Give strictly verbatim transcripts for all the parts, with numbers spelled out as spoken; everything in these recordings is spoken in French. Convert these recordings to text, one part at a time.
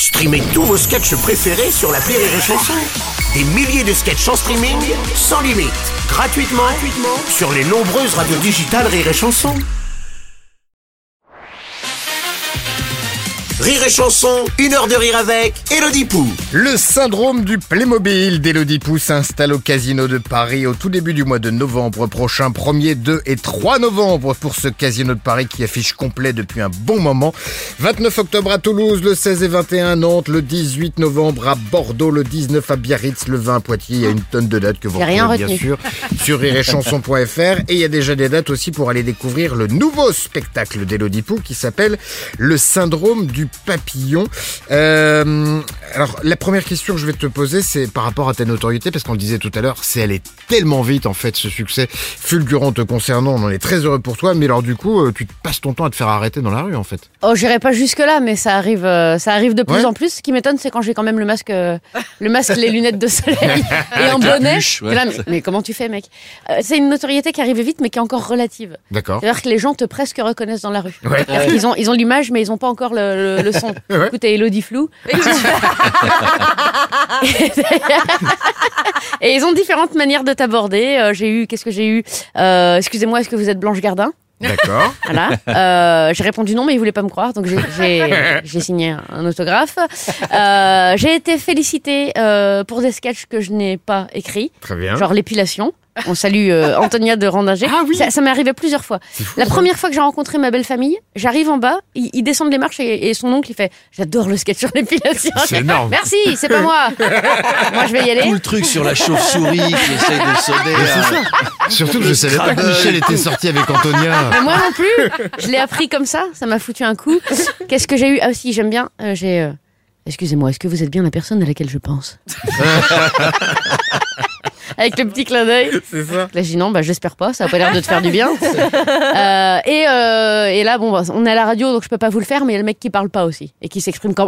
Streamez tous vos sketchs préférés sur l'appli Rire et Chanson. Des milliers de sketchs en streaming, sans limite, gratuitement, gratuitement sur les nombreuses radios digitales Rire et Chanson. Rire et Chanson, une heure de rire avec Élodie Pou. Le syndrome du Playmobil d'Élodie Pou s'installe au Casino de Paris au tout début du mois de novembre prochain, premier, deux et trois novembre pour ce Casino de Paris qui affiche complet depuis un bon moment. vingt-neuf octobre à Toulouse, le seize et vingt et un à Nantes, le dix-huit novembre à Bordeaux, le dix-neuf à Biarritz, le vingt à Poitiers. Il y a une tonne de dates que vous retrouvez bien sûr sur rire et chanson point f r, et il y a déjà des dates aussi pour aller découvrir le nouveau spectacle d'Élodie Pou qui s'appelle Le syndrome du papillon. Euh, alors, la première question que je vais te poser, c'est par rapport à ta notoriété, parce qu'on le disait tout à l'heure, c'est allé tellement vite, en fait, ce succès fulgurant te concernant. On en est très heureux pour toi, mais alors, du coup, tu passes ton temps à te faire arrêter dans la rue, en fait. Oh, j'irai pas jusque-là, mais ça arrive, euh, ça arrive de plus Ouais. en plus. Ce qui m'étonne, c'est quand j'ai quand même le masque, euh, le masque, les lunettes de soleil et un bonnet. capuche, ouais. T'es là, mais, mais comment tu fais, mec? Euh, C'est une notoriété qui arrive vite, mais qui est encore relative. D'accord. C'est-à-dire que les gens te presque reconnaissent dans la rue. Ouais. C'est-à-dire qu'ils ont, ils ont l'image, mais ils ont pas encore le, le, le son. Ouais. Écoutez, Élodie Flou. Et ils ont différentes manières de t'aborder. Euh, j'ai eu, qu'est-ce que j'ai eu euh, Excusez-moi, est-ce que vous êtes Blanche Gardin? D'accord. Voilà. Euh, j'ai répondu non, mais ils voulaient pas me croire, donc j'ai, j'ai, j'ai signé un, un autographe. Euh, j'ai été félicitée euh, pour des sketchs que je n'ai pas écrits, Très bien. genre l'épilation. On salue euh, Antonia de Randinger. Ah oui. Ça, ça m'est arrivé plusieurs fois. C'est fou, La ça. première fois que j'ai rencontré ma belle famille, j'arrive en bas, ils, ils descendent les marches et, et son oncle il fait « J'adore le sketch sur l'épilation. » C'est énorme. Merci, c'est pas moi. Moi je vais y aller. Tout le truc sur la chauve-souris qui essaye de sauver. Mais c'est ça. Surtout que je savais pas que Michel était sorti avec Antonia. Mais moi non plus. Je l'ai appris comme ça. Ça m'a foutu un coup. Qu'est-ce que j'ai eu? Ah aussi, j'aime bien. Euh, j'ai. euh, Excusez-moi, est-ce que vous êtes bien la personne à laquelle je pense? Avec le petit clin d'œil. C'est ça. Là, je dis non, bah j'espère pas. Ça a pas l'air de te faire du bien. Euh, et, euh, et là, bon, bah, on est à la radio, donc je peux pas vous le faire. Mais il y a le mec qui parle pas aussi et qui s'exprime comme.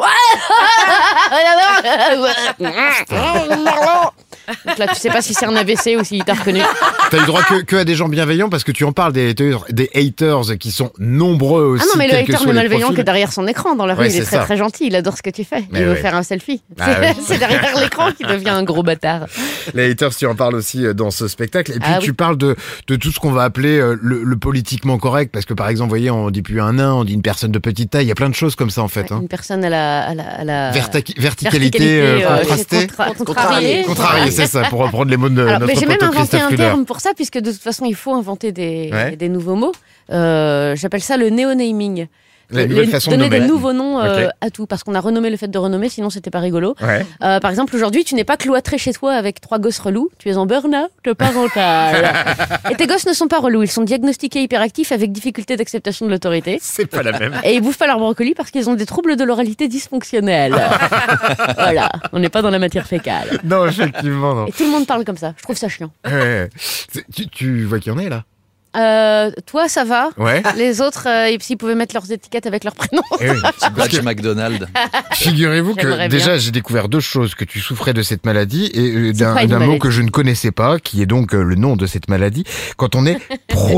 Donc là, tu sais pas si c'est un A V C ou s'il t'a reconnu. T'as eu droit que, que à des gens bienveillants, parce que tu en parles des haters, des haters qui sont nombreux aussi. Ah non, mais le quels que hater soient n'est les malveillant profils. que derrière son écran. Dans la rue, Ouais, il est c'est très ça. très gentil. Il adore ce que tu fais. Mais il veut ouais. faire un selfie. Ah c'est, oui. c'est derrière l'écran qu'il devient un gros bâtard. Les haters, tu en parles aussi euh, dans ce spectacle. Et puis Ah tu oui. parles de, de tout ce qu'on va appeler euh, le, le politiquement correct. Parce que par exemple, vous voyez, on dit plus un nain, on dit une personne de petite taille. Il y a plein de choses comme ça en fait. Hein. Une personne à la, à la, à la Vertaqui- verticalité, verticalité, euh, euh, contrastée. contra- contrariée. Contrariée, contrariée, c'est ça, pour reprendre les mots de Alors, notre mais j'ai même pote inventé Christophe un Kluder. terme pour ça, puisque de toute façon, il faut inventer des, Ouais. des nouveaux mots. Euh, j'appelle ça le néo-naming. La nouvelle Les- façon de donner nommer. des nouveaux noms euh, Ok. à tout, parce qu'on a renommé le fait de renommer, sinon c'était pas rigolo. Ouais. Euh, par exemple, aujourd'hui, tu n'es pas cloîtré chez toi avec trois gosses relous, tu es en burn-out parental. Et tes gosses ne sont pas relous, ils sont diagnostiqués hyperactifs avec difficulté d'acceptation de l'autorité. C'est pas la même. Et ils bouffent pas leur brocoli parce qu'ils ont des troubles de l'oralité dysfonctionnels. Voilà, on n'est pas dans la matière fécale. Non, effectivement, non. Et tout le monde parle comme ça, je trouve ça chiant. Ouais. C'est- Tu, tu vois qui en est là? Euh, toi, ça va. Ouais. Les autres, euh, s'ils pouvaient mettre leurs étiquettes avec leurs prénoms. Eh oui. Petit badge McDonald's. Figurez-vous que J'aimerais bien. déjà j'ai découvert deux choses, que tu souffrais de cette maladie et euh, C'est d'un, pas une d'un mot maladie. que je ne connaissais pas, qui est donc euh, le nom de cette maladie. Quand on est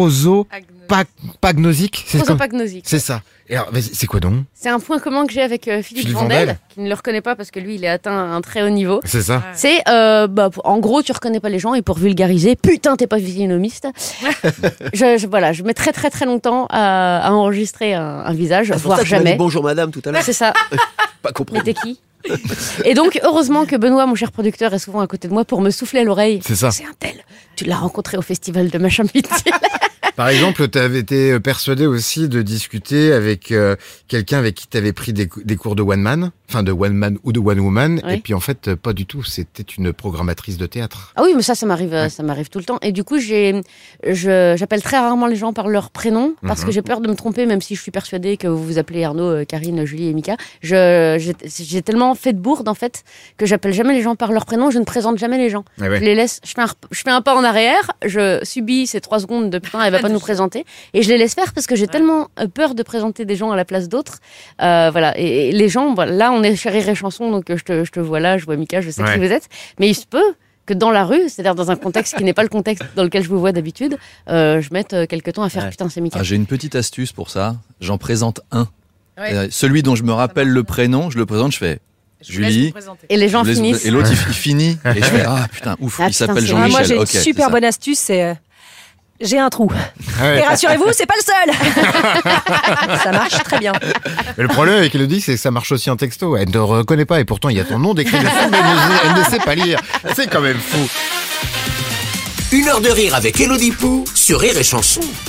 prosopagnosique, c'est, comme- Prosopagnosique. c'est ça. Et alors, vas-y, c'est quoi donc? C'est un point commun que j'ai avec euh, Philippe, Philippe Vandel, Vandel. qui ne le reconnaît pas parce que lui, il est atteint à un très haut niveau. C'est ça. C'est, euh, bah, pour- en gros, tu reconnais pas les gens et pour vulgariser, putain, t'es pas physionomiste. je, je- voilà, je mets très très très longtemps à, à enregistrer un, un visage, C'est pour voire ça que tu m'as dit jamais. bonjour madame tout à l'heure. C'est ça. Pas compris. Mais t'es qui? Et donc, heureusement que Benoît, mon cher producteur, est souvent à côté de moi pour me souffler à l'oreille. C'est ça. C'est un tel. Tu l'as rencontré au festival de Machin Midi. Par exemple, tu avais été persuadé aussi de discuter avec euh, quelqu'un avec qui tu avais pris des, cou- des cours de one man, enfin de one man ou de one woman, Oui. et puis en fait, euh, pas du tout, c'était une programmatrice de théâtre. Ah oui, mais ça, ça m'arrive, euh, ça m'arrive tout le temps. Et du coup, j'ai, je, j'appelle très rarement les gens par leur prénom parce Mhm. que j'ai peur de me tromper, même si je suis persuadée que vous vous appelez Arnaud, euh, Karine, Julie et Mika. Je, j'ai, j'ai tellement fait de bourde en fait que j'appelle jamais les gens par leur prénom. Je ne présente jamais les gens. Ah ouais. Je les laisse. Je fais un, rep- je fais un pas en arrière. Je subis ces trois secondes de putain, elle va pas nous présenter, et je les laisse faire parce que j'ai tellement euh, peur de présenter des gens à la place d'autres. Euh, voilà. Et, et les gens, voilà, là, on est chez Rire et Chanson, donc euh, je te, je te vois là, je vois Mika, je sais Ouais. qui vous êtes, mais il se peut que dans la rue, c'est-à-dire dans un contexte qui n'est pas le contexte dans lequel je vous vois d'habitude, euh, je mette euh, quelques temps à faire Ouais. putain, c'est Mika. Ah, j'ai une petite astuce pour ça. J'en présente un. Ouais. Euh, celui dont je me rappelle le prénom, je le présente, je fais Je vous laisse Julie. vous présenter. Et les gens je laisse- finissent. Et l'autre, il, il finit. Et je fais ah putain, ouf, Ah, il putain, s'appelle c'est Ah, Jean-Michel. moi, j'ai une Ok, c'est super ça. bonne astuce, c'est euh, j'ai un trou. Ah ouais. Et rassurez-vous, c'est pas le seul. Ça marche très bien. Mais le problème avec Elodie, c'est que ça marche aussi en texto. Elle ne te reconnaît pas et pourtant il y a ton nom décrit dessus, mais elle ne, elle ne sait pas lire. C'est quand même fou. Une heure de rire avec Elodie Pou sur Rire et Chanson.